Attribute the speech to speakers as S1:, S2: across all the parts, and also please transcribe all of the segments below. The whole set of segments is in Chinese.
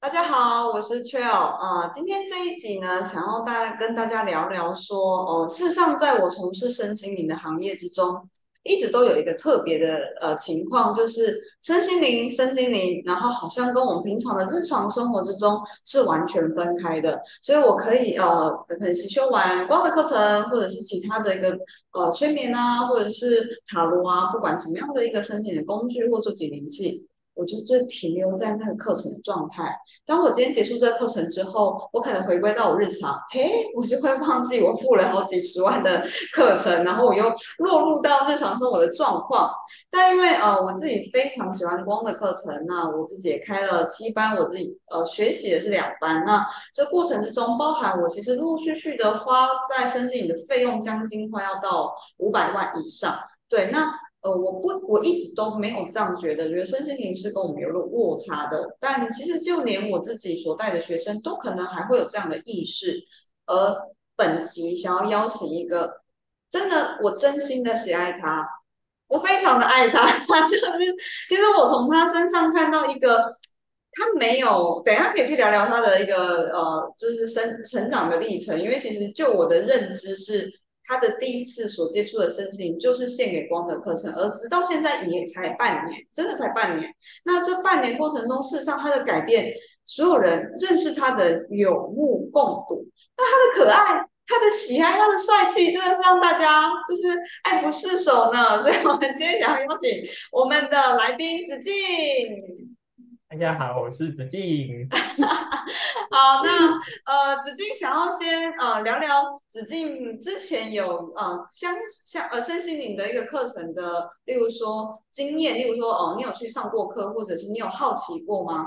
S1: 大家好，我是 Trail。今天这一集呢，想要跟大家聊聊说，事实上，在我从事身心灵的行业之中，一直都有一个特别的情况，就是身心灵，然后好像跟我们平常的日常生活之中是完全分开的。所以我可以可能是修完光的课程，或者是其他的一个催眠啊，或者是塔罗啊，不管什么样的一个身心灵的工具或做解灵器。我就停留在那个课程的状态，当我今天结束这个课程之后，我可能回归到我日常，嘿，我就会忘记我付了好几十万的课程，然后我又落入到日常生活的状况。但因为我自己非常喜欢光的课程，那我自己也开了7班，我自己学习的是2班。那这过程之中，包含我其实陆陆续续的花在身心灵的费用，将近快要到500万以上。对，那我一直都没有这样觉得身心灵是跟我们有落差的。但其实就连我自己所带的学生，都可能还会有这样的意识。而本集想要邀请一个真的，我真心的喜爱他，我非常的爱他。就是其实我从他身上看到一个。他没有，等一下可以去聊聊他的一个就是成长的历程，因为其实就我的认知是，他的第一次所接触的身心就是献给光的课程，而直到现在也才半年，真的才半年。那这半年过程中，事实上他的改变，所有人认识他的有目共睹。那他的可爱，他的喜爱，他的帅气，真的是让大家就是爱不释手呢。所以我们今天想要邀请我们的来宾子敬。
S2: 大家好，我是子敬。
S1: 好，那子敬想要先聊聊子敬之前有身心灵的一个课程的，例如说经验，例如说你有去上过课，或者是你有好奇过吗？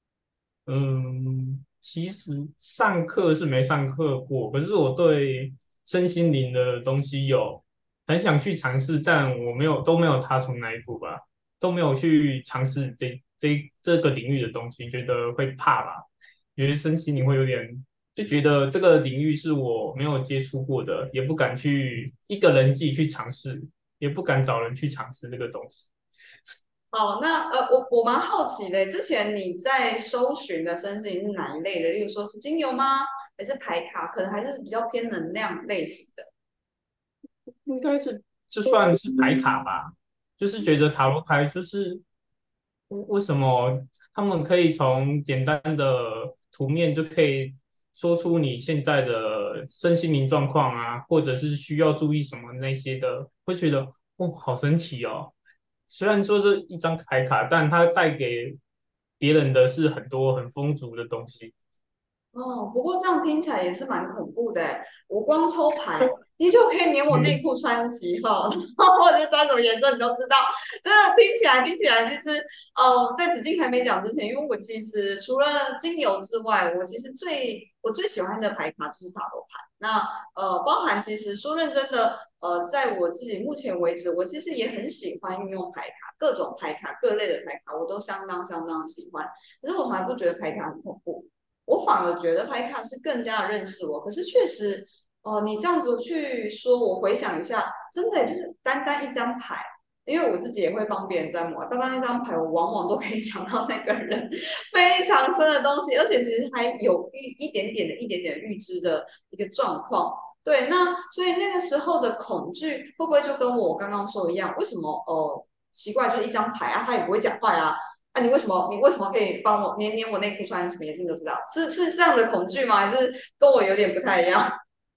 S2: 其实上课是没上课过，可是我对身心灵的东西有很想去尝试，但我都没有踏出那一步吧，都没有去尝试这个领域的东西，觉得会怕吧，觉得身心灵会有点，就觉得这个领域是我没有接触过的，也不敢去一个人自己去尝试，也不敢找人去尝试这个东西。
S1: 好，那我蛮好奇的，之前你在搜寻的身心灵是哪一类的？例如说是精油吗？还是牌卡？可能还是比较偏能量类型的。
S2: 应该是就算是牌卡吧，就是觉得塔罗牌就是为什么他们可以从简单的图面就可以说出你现在的身心灵状况啊，或者是需要注意什么那些的，会觉得哦，好神奇哦。虽然说是一张牌卡，但它带给别人的是很多很丰足的东西。
S1: 哦，不过这样听起来也是蛮恐怖的诶。我光抽牌，你就可以连我内
S2: 嗯，
S1: 裤穿几号，然后或者穿什么颜色，你都知道。真的听起来，其实在紫金还没讲之前，因为我其实除了精油之外，我其实我最喜欢的牌卡就是塔罗牌。那包含其实说认真的，在我自己目前为止，我其实也很喜欢运用牌卡，各种牌卡，各类的牌卡，我都相当喜欢。可是我从来不觉得牌卡很恐怖。我反而觉得拍卡是更加的认识我。可是确实，你这样子去说，我回想一下，真的就是单单一张牌，因为我自己也会帮别人占卜啊，单单一张牌，我往往都可以讲到那个人非常深的东西，而且其实还有一点点的预知的一个状况。对，那所以那个时候的恐惧会不会就跟我刚刚说的一样？为什么奇怪，就是一张牌啊，他也不会讲话呀、你为什么可以帮我捏我内裤穿什么颜色你都知道？是这样的恐惧吗？还是跟我有点不太一样？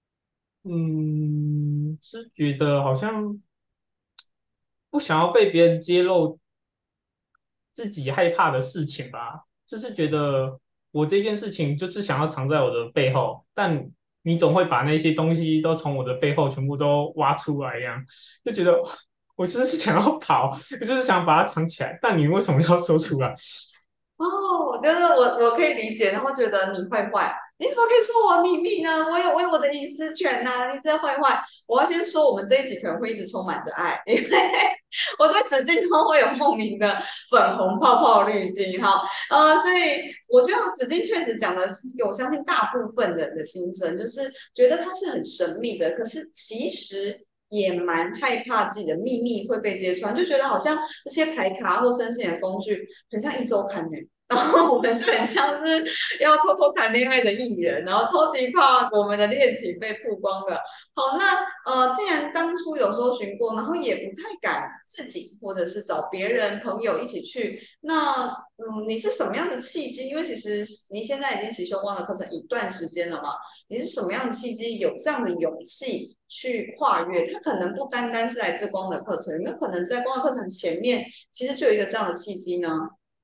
S2: 是觉得好像不想要被别人揭露自己害怕的事情吧，就是觉得我这件事情就是想要藏在我的背后，但你总会把那些东西都从我的背后全部都挖出来一样，就觉得我就是想要跑，我就是想把它藏起来，但你为什么要说出来？
S1: 哦，我觉得我可以理解，然后觉得你坏坏，你怎么可以说我秘密呢？我有我的隐私权呐、你这坏坏！我要先说，我们这一集可能会一直充满着爱，因为我对紫金都会有莫名的粉红泡泡滤镜哈。所以我觉得紫金确实讲的是一个我相信大部分人的心声，就是觉得它是很神秘的，可是其实。也蛮害怕自己的秘密会被揭穿，就觉得好像这些牌卡或生鲜的工具很像一周刊呢。 然后我们就很像是要偷偷谈恋爱的艺人，然后超级怕我们的恋情被曝光的。好，那既然当初有搜寻过，然后也不太敢自己或者是找别人朋友一起去，那你是什么样的契机？因为其实您现在已经习修光的课程一段时间了嘛，你是什么样的契机有这样的勇气去跨越？它可能不单单是来自光的课程，有没有可能在光的课程前面其实就有一个这样的契机呢？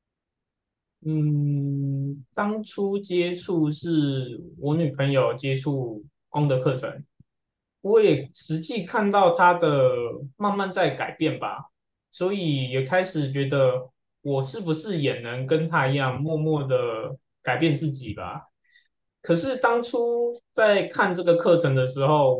S2: 当初接触是我女朋友接触光的课程，我也实际看到她的慢慢在改变吧，所以也开始觉得我是不是也能跟她一样，默默的改变自己吧。可是当初在看这个课程的时候，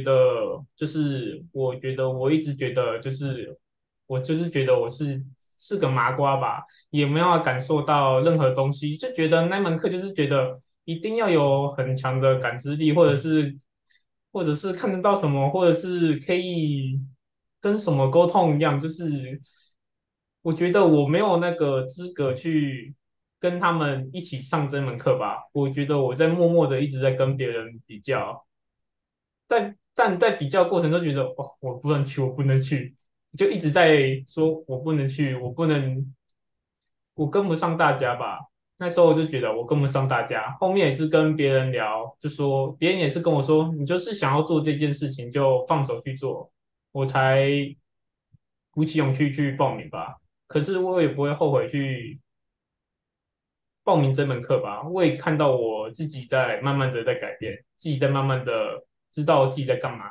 S2: 我觉得我一直觉得我就是觉得我是个麻瓜吧。也没有感受到任何东西，就觉得那门课就是觉得一定要有很强的感知力，或者是看得到什么，或者是可以跟什么沟通一样，就是我觉得我没有那个资格去跟他们一起上这门课吧。我觉得我在默默的一直在跟别人比较，但在比较过程中觉得哦，我不能去，我不能去，就一直在说我不能去，我跟不上大家吧。那时候我就觉得我跟不上大家，后面也是跟别人聊，就说别人也是跟我说，你就是想要做这件事情，就放手去做，我才鼓起勇气去报名吧。可是我也不会后悔去报名这门课吧，我也看到我自己在慢慢的在改变，自己在慢慢的知道自己在干嘛。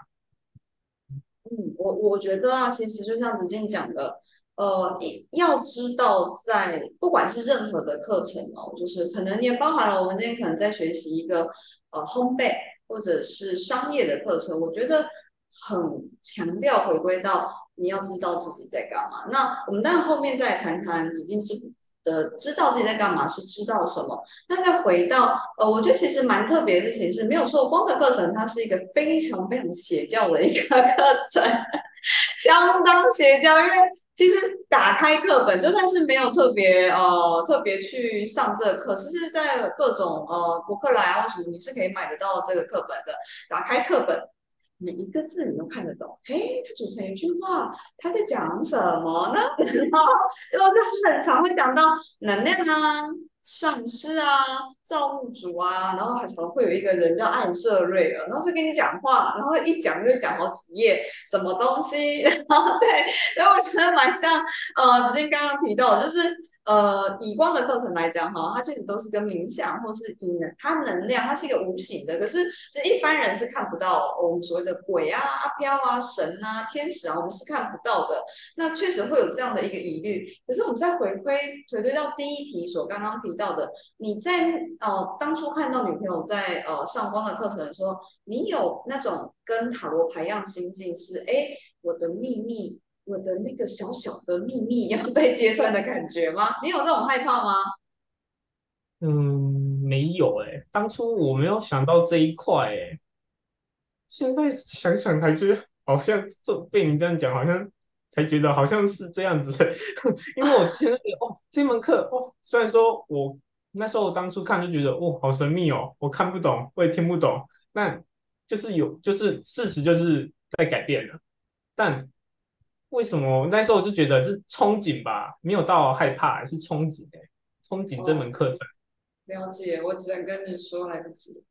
S1: 我觉得啊，其实就像子静讲的，要知道在不管是任何的课程哦，就是可能也包含了我们今天可能在学习一个烘焙或者是商业的课程，我觉得很强调回归到你要知道自己在干嘛。那我们当然后面再来谈谈子静知道自己在干嘛是知道什么。那再回到我觉得其实蛮特别的事情是没有错，光的课程它是一个非常非常邪教的一个课程，相当邪教。因为其实打开课本，就算是没有特别去上这个课，其实在各种博客来啊或什么，你是可以买得到这个课本的。打开课本，每一个字你都看得懂。嘿，它组成一句话，它在讲什么呢？然后就很常会讲到能量啊、上师啊、造物主啊，然后还常会有一个人叫暗瑟瑞尔，然后是跟你讲话，然后一讲就会讲好几页，什么东西，然后对，然后我觉得蛮像子健刚刚提到的，就是以光的课程来讲哈，它确实都是跟冥想或是它能量，它是一个无形的，可是这一般人是看不到我们所谓的鬼啊、阿飘啊、神啊、天使啊，我们是看不到的。那确实会有这样的一个疑虑。可是我们再回归到第一题所刚刚提到的，你在当初看到女朋友在上光的课程的时候，你有那种跟塔罗牌一样心境是，哎，我的秘密，我的那个小小的秘密要被揭穿的感觉吗？你有这种害怕吗？
S2: 没有当初我没有想到这一块现在想想才觉得好像被你这样讲，好像才觉得好像是这样子的。因为我之前就觉得这门课虽然说我那时候当初看就觉得好神秘哦，我看不懂，我也听不懂，但就是事实就是在改变了。但为什么那时候我就觉得是憧憬吧，没有到害怕，是憧憬憧憬这
S1: 哦，
S2: 门课程。
S1: 了解，我只能跟你说来不及。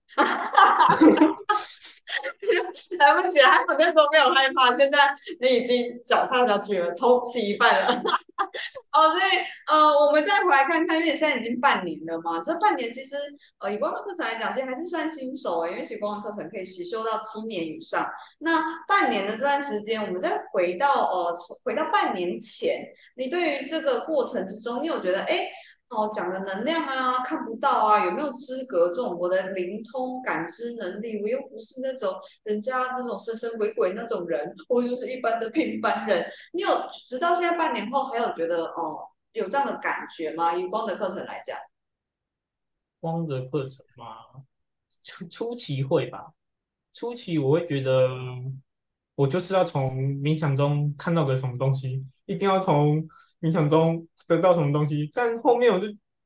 S1: 来不及了，还好那时候没有害怕，现在你已经脚踏下去了，头起一半了。哦，所以我们再回来看看，因为现在已经半年了嘛，这半年其实以光的课程来讲，其实还是算新手因为习光的课程可以习修到7年以上。那半年的这段时间，我们再回到半年前，你对于这个过程之中，你有觉得哎？讲的能量啊，看不到啊，有没有资格这种我的灵通感知能力？我又不是那种人家那种神神鬼鬼那种人，我就是一般的平凡人。你有直到现在半年后，还有觉得有这样的感觉吗？以光的课程来讲，
S2: 光的课程嘛，初期会吧，初期我会觉得我就是要从冥想中看到个什么东西，一定要从冥想中得到什么东西，但后面我就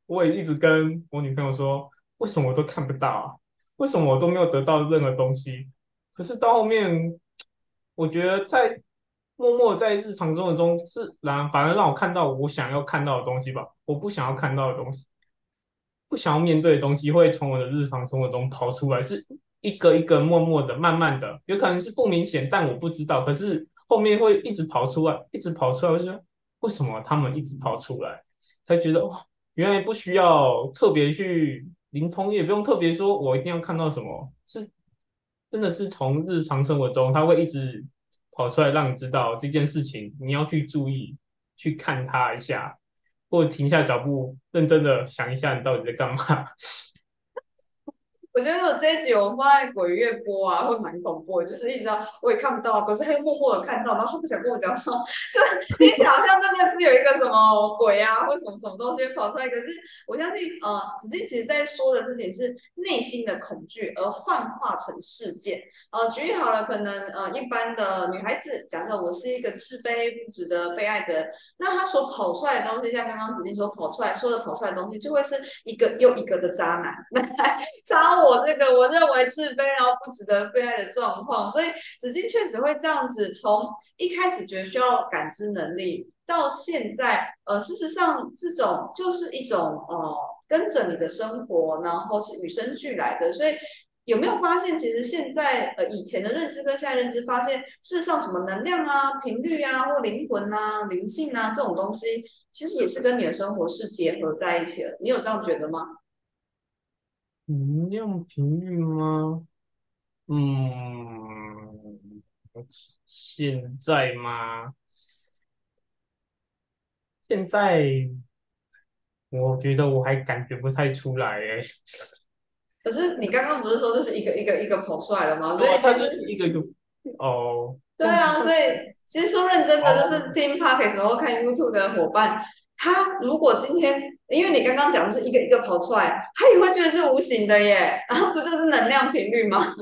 S2: 我也一直跟我女朋友说，为什么我都看不到啊？为什么我都没有得到任何东西？可是到后面，我觉得在默默在日常生活中反而让我看到我想要看到的东西吧，我不想要看到的东西。不想要面对的东西会从我的日常生活中跑出来，是一个一个默默的、慢慢的，有可能是不明显，但我不知道。可是后面会一直跑出来，一直跑出来。我就说，为什么他们一直跑出来？才觉得哦，原来不需要特别去灵通，也不用特别说我一定要看到什么，真的是从日常生活中，他会一直跑出来，让你知道这件事情，你要去注意，去看它一下。或者停下脚步，认真的想一下你到底在干嘛。
S1: 我觉得我这一集我放在鬼月播啊，会蛮恐怖的，就是一直到我也看不到，可是他又默默的看到，然后他不想跟我讲什么，就听起来好像真的是有一个什么鬼啊，或什么什么东西跑出来。可是我相信，子靖其实在说的事情是内心的恐惧，而幻化成事件。举例好了，可能一般的女孩子，假设我是一个自卑、不值得被爱的人，那她所跑出来的东西，像刚刚子靖说跑出来的东西，就会是一个又一个的渣男。扎我这个我认为自卑然后不值得被爱的状况，所以子金确实会这样子，从一开始觉得需要感知能力，到现在事实上这种就是一种跟着你的生活，然后是与生俱来的，所以。有没有发现，其实现在以前的认知跟现在认知，发现事实上什么能量啊、频率啊，或灵魂啊、灵性啊这种东西，其实也是跟你的生活是结合在一起的。你有这样觉得吗？
S2: 能量频率吗？现在吗？现在我觉得我还感觉不太出来诶。
S1: 可是你刚刚不是说就是一个一个一个跑出来了吗？所
S2: 对啊，
S1: 以其
S2: 它就是
S1: 实
S2: 一个一个哦，
S1: 对啊，
S2: 这样子算
S1: 所以其实说认真的，就是
S2: 哦
S1: 听 podcast 或看 YouTube 的伙伴，他如果今天，因为你刚刚讲的是一个一个跑出来，他也会觉得是无形的耶，然后不就是能量频率吗？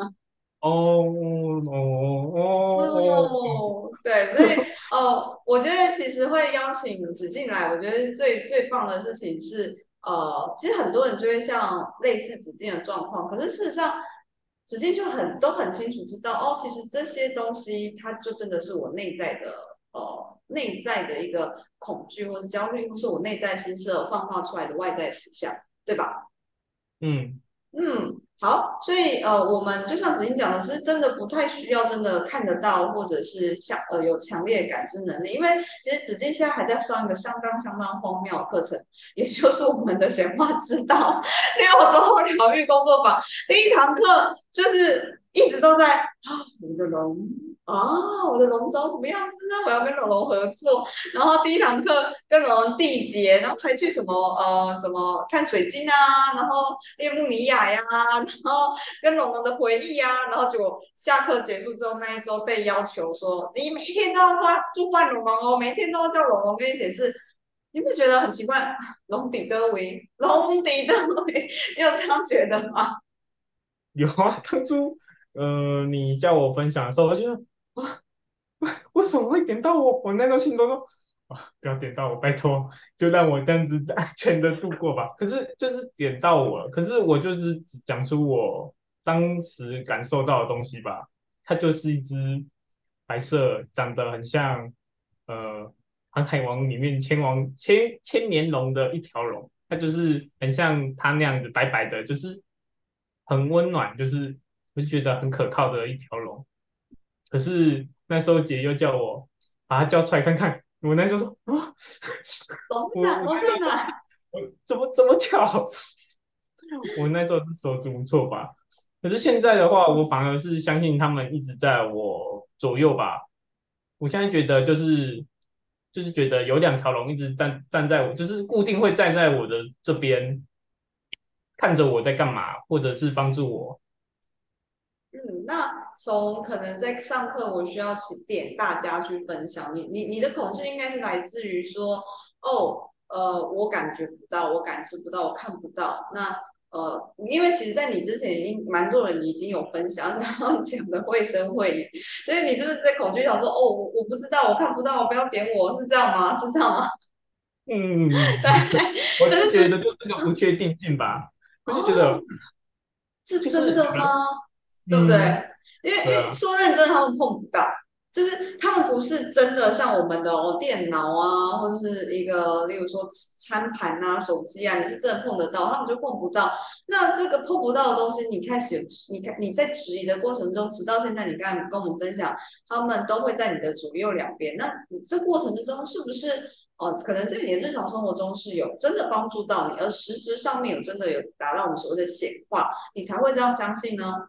S2: 哦，
S1: 哦，对，所以我觉得其实会邀请子进来，我觉得最棒的事情是，其实很多人就会像类似子进的状况，可是事实上，子进就都很清楚知道，哦，其实这些东西它就真的是我内在的一个恐惧或者焦虑，或是我内在心设幻化出来的外在实相，对吧？
S2: 嗯
S1: 嗯，好，所以我们就像子英讲的，是真的不太需要真的看得到，或者是有强烈的感知能力，因为其实子金现在还在上一个相当荒谬的课程，也就是我们的显化之道6周疗愈工作坊第一堂课，就是一直都在我的龙我的龙长什么样子呢？我要跟龙龙合作，然后第一堂课跟龙龙缔结，然后还去什么看水晶啊，然后列穆尼亚呀，然后跟龙龙的回忆啊，然后结果下课结束之后那一周被要求说，你每一天都要祝唤龙龙哦，每一天都要叫龙龙跟你解释。你不觉得很奇怪？龙底德维，龙底德维，你有这样觉得吗？
S2: 有啊，当初你叫我分享的时候，我就得啊，为什么会点到我？我那时候心中说啊，不要点到我，拜托，就让我这样子安全的度过吧。可是就是点到我了，可是我就是只讲出我当时感受到的东西吧。它就是一只白色，长得很像航海王》里面千年龙的一条龙，它就是很像它那样子白白的，就是很温暖，就是我就觉得很可靠的一条龙。可是那时候姐又叫我把它叫出来看看，我那时候说啊，
S1: 龙在哪？
S2: 我
S1: 龙
S2: 觉得不是，
S1: 在哪？
S2: 我怎么巧？我那时候是手足无措吧。可是现在的话，我反而是相信他们一直在我左右吧。我现在觉得就是觉得有两条龙一直站在我，就是固定会站在我的这边，看着我在干嘛，或者是帮助我。
S1: 那从可能在上课，我需要点大家去分享，你的恐惧应该是来自于说，我感觉不到，我感知不到，我看不到。那因为其实，在你之前已经蛮多人已经有分享，而且他们讲的绘声绘影，所以你是不是在恐惧想说，我不知道，我看不到，不要点我，是这样吗？是这样吗？
S2: 嗯，
S1: 对，
S2: 我是
S1: 可是
S2: 觉得就是个不确定性吧，我是觉得
S1: 哦，是
S2: 就是有
S1: 真的吗？
S2: 人，
S1: 对不对？因为
S2: 对啊，
S1: 说认真，他们碰不到，就是他们不是真的像我们的电脑啊，或者是一个，例如说餐盘啊、手机啊，你是真的碰得到，他们就碰不到。那这个碰不到的东西，你开始有，你在质疑的过程中，直到现在，你刚才跟我们分享，他们都会在你的左右两边。那你这过程之中，是不是可能在你的日常生活中是有真的帮助到你，而实质上面有真的有达到我们所谓的显化，你才会这样相信呢？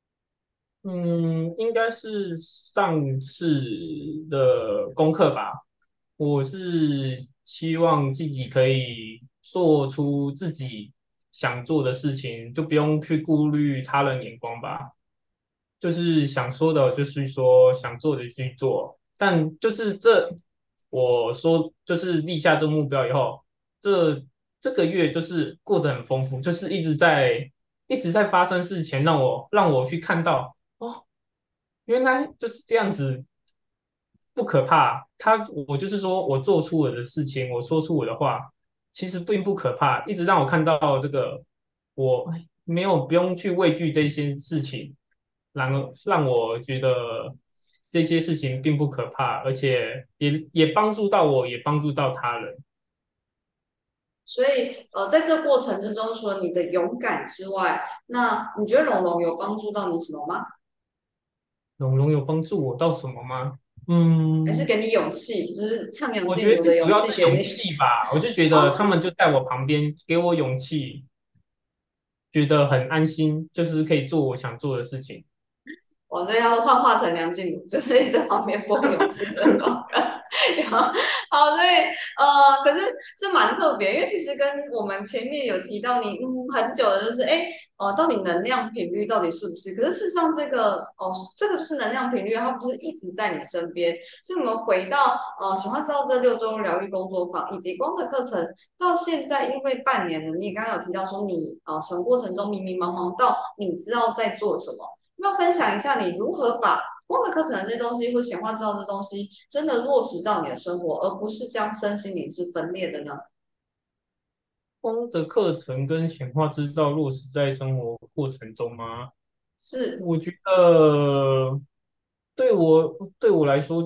S2: 应该是上次的功课吧。我是希望自己可以做出自己想做的事情，就不用去顾虑他人眼光吧。就是想说的，就是说想做的就去做。但就是我说就是立下这个目标以后，这这个月就是过得很丰富，就是一直在发生事情，让我去看到哦，原来就是这样子，不可怕。我就是说我做出我的事情，我说出我的话，其实并不可怕，一直让我看到这个，我没有不用去畏惧这些事情，让我觉得这些事情并不可怕，而且也帮助到我，也帮助到他人。
S1: 所以，在这过程之中，除了你的勇敢之外，那你觉得龙龙有帮助到你什么吗？
S2: 龙龙有帮助我到什么吗？
S1: 还是
S2: 嗯，
S1: 给你勇气，就是徜徉
S2: 我觉得
S1: 进如的勇
S2: 是主要是
S1: 气给你？
S2: 勇气吧，我就觉得他
S1: 哦，
S2: 们就在我旁边，给我勇气，觉得很安心，就是可以做我想做的事情。
S1: 我这要幻化成梁静茹，就是你在旁边播勇气的那种。好，所以可是这蛮特别，因为其实跟我们前面有提到你很久的，就是到底能量频率到底是不是？可是事实上这个就是能量频率，它不是一直在你身边。所以我们回到喜欢知道这6周疗愈工作坊以及光的课程，到现在因为半年了，你也刚刚有提到说你从过程中迷迷茫茫到你知道在做什么。要分享一下你如何把光的课程的这些东西，或显化知道这东西，真的落实到你的生活，而不是将身心灵是分裂的呢？
S2: 光的课程跟显化之道落实在生活过程中吗？
S1: 是，
S2: 我觉得对我来说，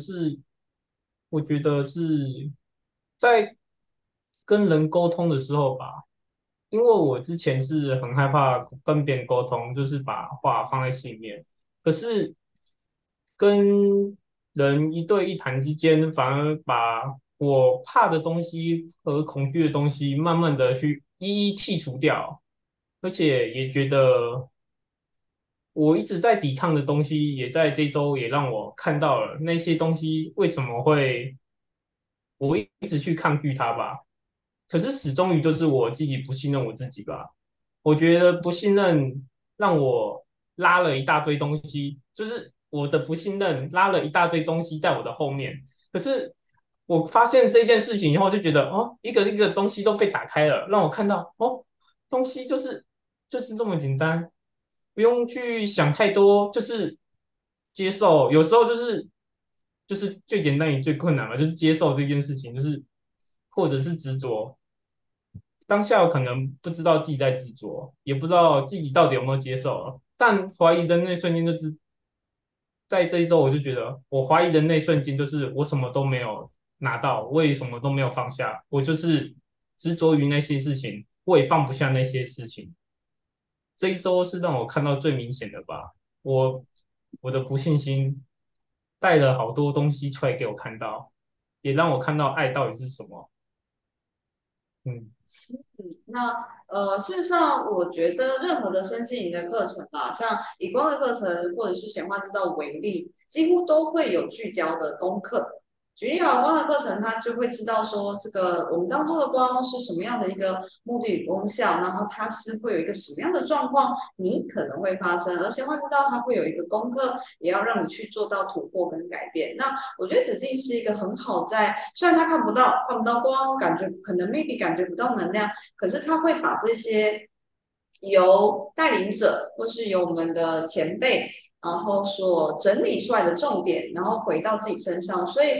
S2: 我觉得是在跟人沟通的时候吧，因为我之前是很害怕跟别人沟通，就是把话放在心里面。可是跟人一对一谈之间，反而把我怕的东西和恐惧的东西，慢慢的去一一剔除掉，而且也觉得我一直在抵抗的东西，也在这周也让我看到了那些东西为什么会我一直去抗拒它吧。可是始终于就是我自己不信任我自己吧。我觉得不信任让我拉了一大堆东西，就是我的不信任拉了一大堆东西在我的后面。可是我发现这件事情以后，就觉得哦，一个一个东西都被打开了，让我看到哦，东西就是这么简单，不用去想太多，就是接受。有时候就是最简单也最困难嘛，就是接受这件事情，就是或者是执着。当下可能不知道自己在执着，也不知道自己到底有没有接受，但怀疑的那瞬间在这一周我就觉得，我怀疑的那瞬间就是我什么都没有拿到，我也什么都没有放下，我就是执着于那些事情，我也放不下那些事情。这一周是让我看到最明显的吧，我的不信心带了好多东西出来给我看到，也让我看到爱到底是什么。嗯。
S1: 那事实上，我觉得任何的身心灵的课程啊，像以光的课程或者是显化之道为例，几乎都会有聚焦的功课。举例好，光的课程，它就会知道说，这个我们当中的光是什么样的一个目的与功效，然后它是会有一个什么样的状况，你可能会发生，而显化之道它会有一个功课，也要让你去做到突破跟改变。那我觉得紫金是一个很好在，虽然它看不到光，感觉可能 maybe 感觉不到能量。可是他会把这些由带领者或是由我们的前辈，然后所整理出来的重点，然后回到自己身上。所以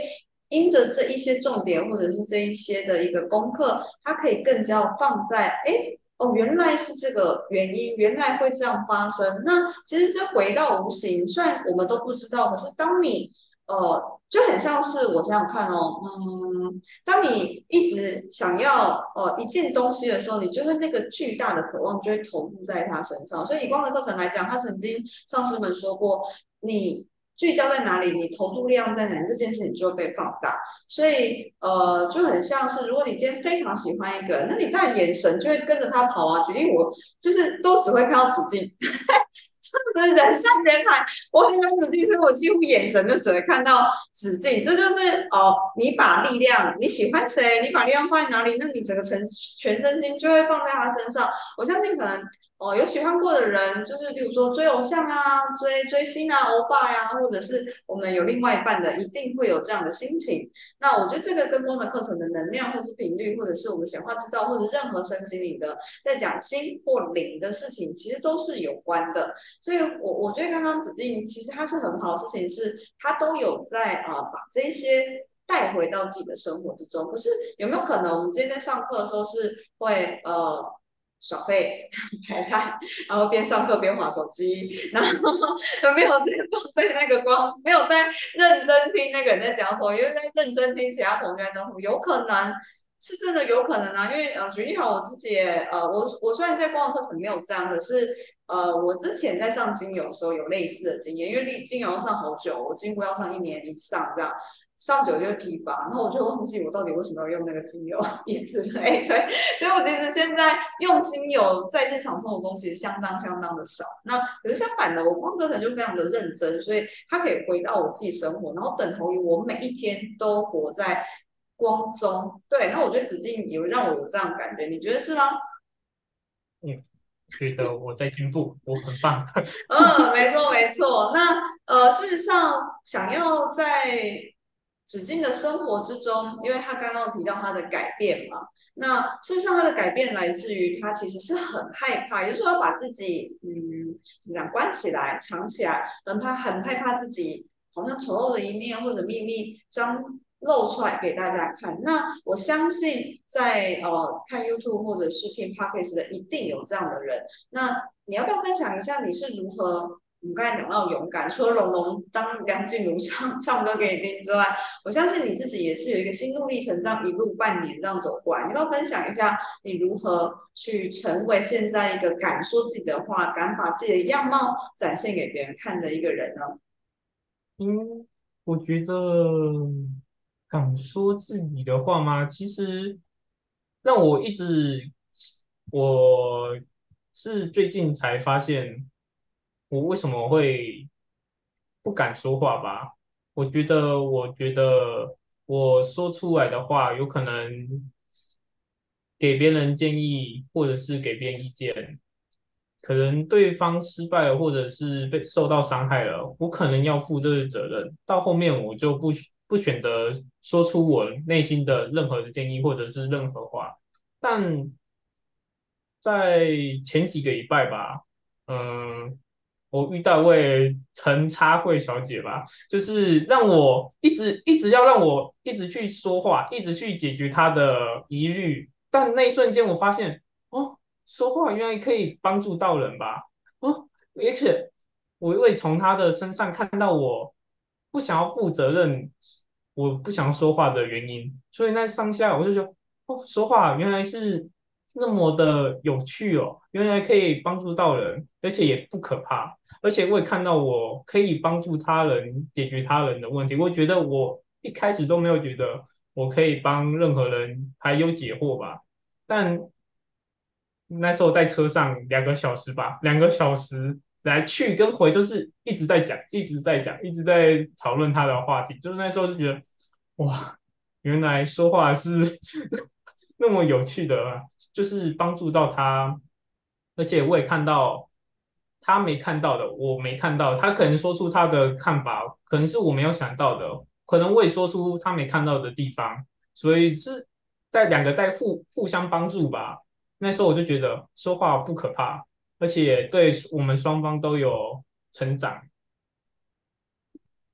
S1: 因着这一些重点或者是这一些的一个功课，它可以更加放在哦，原来是这个原因，原来会这样发生。那其实这回到无形，虽然我们都不知道，可是当你就很像是我想想看哦，当你一直想要一件东西的时候，你就会那个巨大的渴望就会投入在它身上。所以以光的课程来讲，他曾经上师们说过，你聚焦在哪里，你投注量在哪里，这件事情就会被放大。所以就很像是，如果你今天非常喜欢一个人，那你当然眼神就会跟着他跑啊。举例我就是都只会看到纸巾，这样子人山人海，我很喜欢纸巾，所以我几乎眼神就只会看到纸巾。这就是你把力量，你喜欢谁，你把力量放在哪里，那你整个全身心就会放在他身上。我相信可能有喜欢过的人，就是例如说追偶像啊、追星啊、欧巴呀、或者是我们有另外一半的，一定会有这样的心情。那我觉得这个跟光的课程的能量，或是频率，或者是我们显化之道，或者任何身心灵的在讲心或灵的事情，其实都是有关的。所以我觉得刚刚子静其实它是很好的事情，是它都有在把这些带回到自己的生活之中。可是有没有可能我们今天在上课的时候是会耍废拍拍，然后边上课边划手机，然后没有在那个没有在认真听那个人在讲什么，因为在认真听其他同学在讲什么，有可能是真的有可能啊。因为举例好，我自己也我虽然在光的课程没有这样，可是我之前在上精油的时候有类似的经验，因为精油要上好久，我几乎要上1年以上这样。上久就会疲乏，然后我就忘记我到底为什么要用那个精油，以此类推。所以我其实现在用精油在日常生活中其实相当的少。那可是相反的，我光课程就非常的认真，所以它可以回到我自己生活，然后等同于我每一天都活在光中。对，那我觉得子静有让我有这样的感觉，你觉得是吗？
S2: 嗯，觉得我在进步，我很棒。
S1: 没错没错。那事实上，想要在纸巾的生活之中，因为他刚刚提到他的改变嘛，那事实上他的改变来自于他其实是很害怕，也就是说要把自己怎么讲关起来、藏起来，很害怕自己好像丑陋的一面或者秘密露出来给大家看。那我相信在看 YouTube 或者是听 Podcast 的，一定有这样的人。那你要不要分享一下你是如何？我们刚才讲到勇敢，除了龙龙当梁静茹唱歌给你听之外，我相信你自己也是有一个心路历程，这样一路半年这样走过来。你要不要分享一下你如何去成为现在一个敢说自己的话、敢把自己的样貌展现给别人看的一个人呢？
S2: 嗯，我觉得敢说自己的话吗？其实让我一直，我是最近才发现，我为什么会不敢说话吧？我觉得我说出来的话，有可能给别人建议，或者是给别人意见，可能对方失败了，或者是被受到伤害了，我可能要负这个责任。到后面我就不选择说出我内心的任何的建议，或者是任何话。但在前几个礼拜吧，嗯，我遇到一位陈插慧小姐吧，就是让我一直要让我一直去说话，一直去解决她的疑虑。但那一瞬间，我发现哦，说话原来可以帮助到人吧？哦，而且我会从她的身上看到我不想要负责任，我不想说话的原因。所以那上下我就觉得，哦，说话原来是那么的有趣哦，原来可以帮助到人，而且也不可怕。而且我也看到我可以帮助他人解决他人的问题。我觉得我一开始都没有觉得我可以帮任何人排忧解惑吧，但那时候在车上2个小时吧，2个小时来去跟回，就是一直在讲，一直在讲，一直在讨论他的话题。就是那时候就觉得，哇，原来说话是那么有趣的啊，就是帮助到他，而且我也看到他没看到的，我没看到，他可能说出他的看法，可能是我没有想到的，可能我也说出他没看到的地方，所以是在两个在互相帮助吧。那时候我就觉得说话不可怕，而且对我们双方都有成长。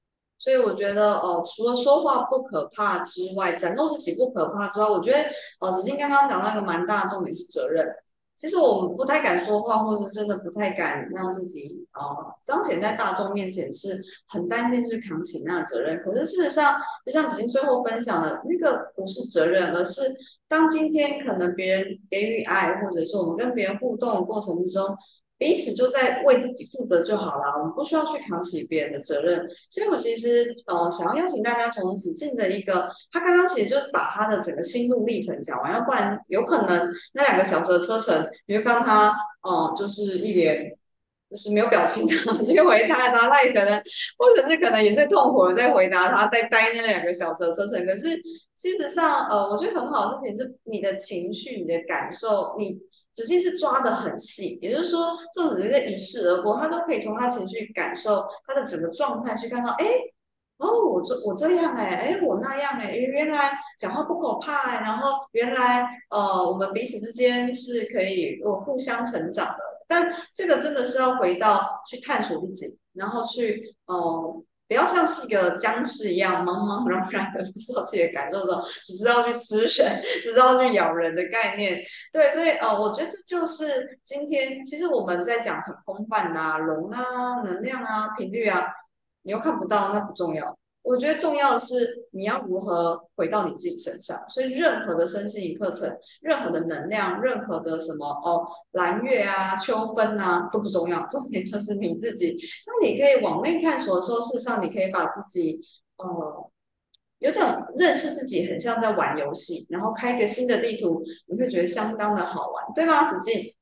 S1: 所以我觉得除了说话不可怕之外，展露自己不可怕之外，我觉得子欣刚刚讲到一个蛮大的重点是责任。其实我们不太敢说话，或是真的不太敢让自己彰显在大众面前，是很担心去扛起那责任。可是事实上，就像子欣最后分享的，那个不是责任，而是当今天可能别人给予爱，或者是我们跟别人互动的过程之中，彼此就在为自己负责就好了，我们不需要去扛起别人的责任。所以我其实想要邀请大家从子敬的一个，他刚刚其实就把他的整个心路历程讲完，要不然有可能那2个小时的车程，你会看到他就是一脸就是没有表情的去回答他，他也可能或者是可能也是痛苦的在回答他，在待那2个小时的车程。可是事实上，我觉得很好的事情是你的情绪、你的感受，你直接是抓得很细，也就是说，这种只是一视而过，他都可以从他情绪感受他的整个状态去看到，哎，哦，我这样哎，哎，我那样哎，原来讲话不可怕哎，然后原来我们彼此之间是可以互相成长的，但这个真的是要回到去探索自己，然后去不要像是一个僵尸一样茫茫然然的不知道自己的感受的时候，只知道去吃人，只知道去咬人的概念。对，所以我觉得这就是今天其实我们在讲很空泛的啊、容啊、能量啊、频率啊，你又看不到，那不重要。我觉得重要的是你要如何回到你自己身上。所以任何的身心灵课程、任何的能量、任何的什么蓝月啊、秋分啊都不重要，重点就是你自己。那你可以往内探索的时候，事实上你可以把自己有种认识自己，很像在玩游戏，然后开一个新的地图，你会觉得相当的好玩，对吗？子静？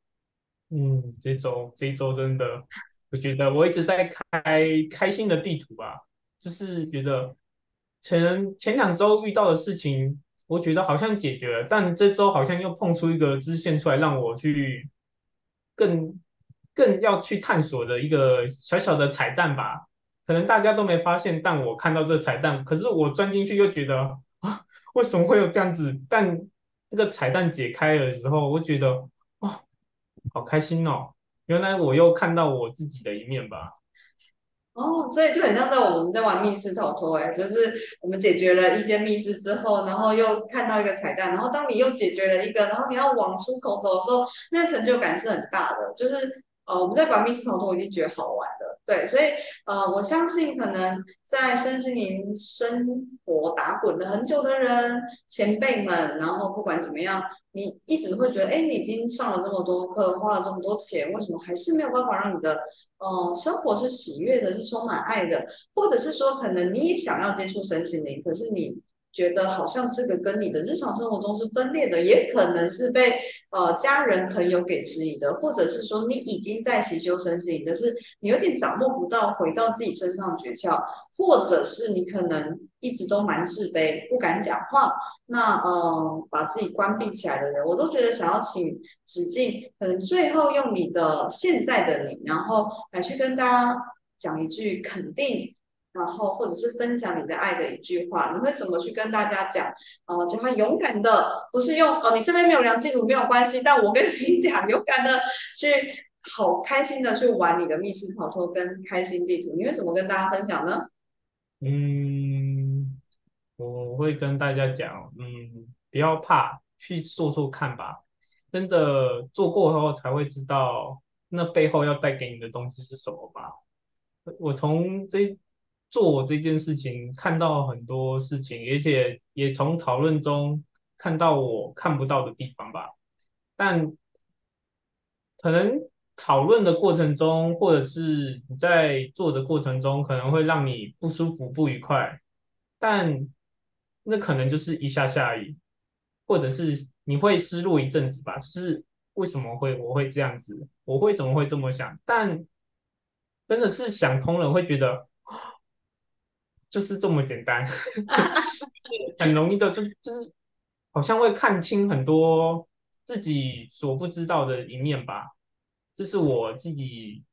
S2: 这一周真的，我觉得我一直在开新的地图吧，就是觉得前2周遇到的事情，我觉得好像解决了，但这周好像又碰出一个支线出来，让我去更更要去探索的一个小小的彩蛋吧。可能大家都没发现，但我看到这彩蛋，可是我钻进去又觉得啊，为什么会有这样子？但这个彩蛋解开的时候，我觉得哦，好开心哦！原来我又看到我自己的一面吧。
S1: 哦，所以就很像在我们在玩密室逃脱，哎，就是我们解决了一间密室之后，然后又看到一个彩蛋，然后当你又解决了一个，然后你要往出口走的时候，那成就感是很大的。就是我们在玩密室逃脱，我已经觉得好玩了，对，所以我相信可能在身心灵生活打滚了很久的人，前辈们，然后不管怎么样，你一直会觉得，哎，你已经上了这么多课，花了这么多钱，为什么还是没有办法让你的生活是喜悦的，是充满爱的，或者是说，可能你也想要接触身心灵，可是你觉得好像这个跟你的日常生活中是分裂的，也可能是被家人朋友给质疑的，或者是说你已经在习修身心灵，可是你有点掌握不到回到自己身上的诀窍，或者是你可能一直都蛮自卑，不敢讲话，那把自己关闭起来的人，我都觉得想要请子敬，可能最后用你的现在的你，然后来去跟大家讲一句肯定，然后或者是分享你的爱的一句话，你会怎么去跟大家讲？讲他勇敢的，不是用你这边没有量记录没有关系，但我跟你讲，勇敢的去好开心的去玩你的密室逃脱跟开心地图，你会怎么跟大家分享呢？
S2: 嗯，我会跟大家讲，不要怕，去做做看吧。真的做过后才会知道那背后要带给你的东西是什么吧。我从做我这件事情看到很多事情，而且也从讨论中看到我看不到的地方吧。但可能讨论的过程中，或者是你在做的过程中，可能会让你不舒服、不愉快，但那可能就是一下下而已，或者是你会失落一阵子吧。就是为什么我会这样子，我为什么会这么想？但真的是想通了，会觉得就是这么简单，就是很容易的，就是好像会看清很多自己所不知道的一面吧。这是我自己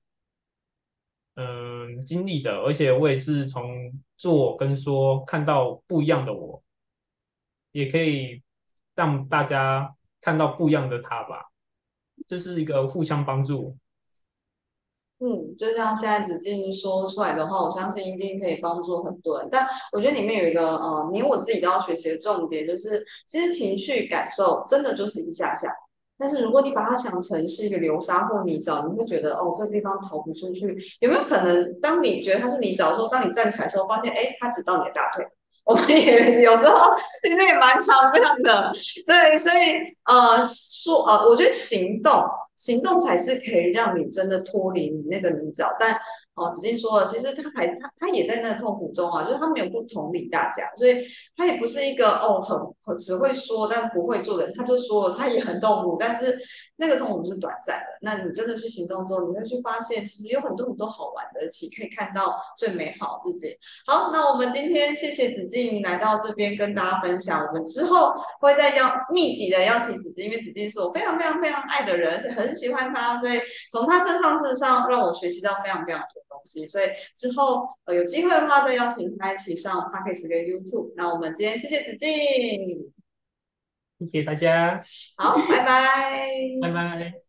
S2: 经历的，而且我也是从做跟说看到不一样的我，也可以让大家看到不一样的他吧。这是一个互相帮助。
S1: 就像现在子静说出来的话，我相信一定可以帮助很多人。但我觉得里面有一个你我自己都要学习的重点，就是其实情绪感受真的就是一下下，但是如果你把它想成是一个流沙或泥沼，你会觉得哦这个地方逃不出去。有没有可能，当你觉得它是泥沼的时候，当你站起来的时候，发现哎它只到你的大腿？我们也有时候其实也蛮常这样的，对，所以我觉得行动才是可以让你真的脱离你那个泥沼。但子金说了，其实他也在那个痛苦中啊，就是他没有不同理大家，所以他也不是一个很只会说但不会做的人。他就说了，他也很痛苦，但是那个痛苦是短暂的。那你真的去行动之后，你会去发现，其实有很多很多好玩的，其可以看到最美好自己。好，那我们今天谢谢子静来到这边跟大家分享，我们之后会再密集的邀请子静，因为子静是我非常非常非常爱的人，而且很喜欢他，所以从他身上让我学习到非常非常多东西，所以之后有机会的话再邀请他一起上 Podcast 跟 YouTube。那我们今天谢谢子静，
S2: 谢谢大家，
S1: 好，拜拜。
S2: 拜拜。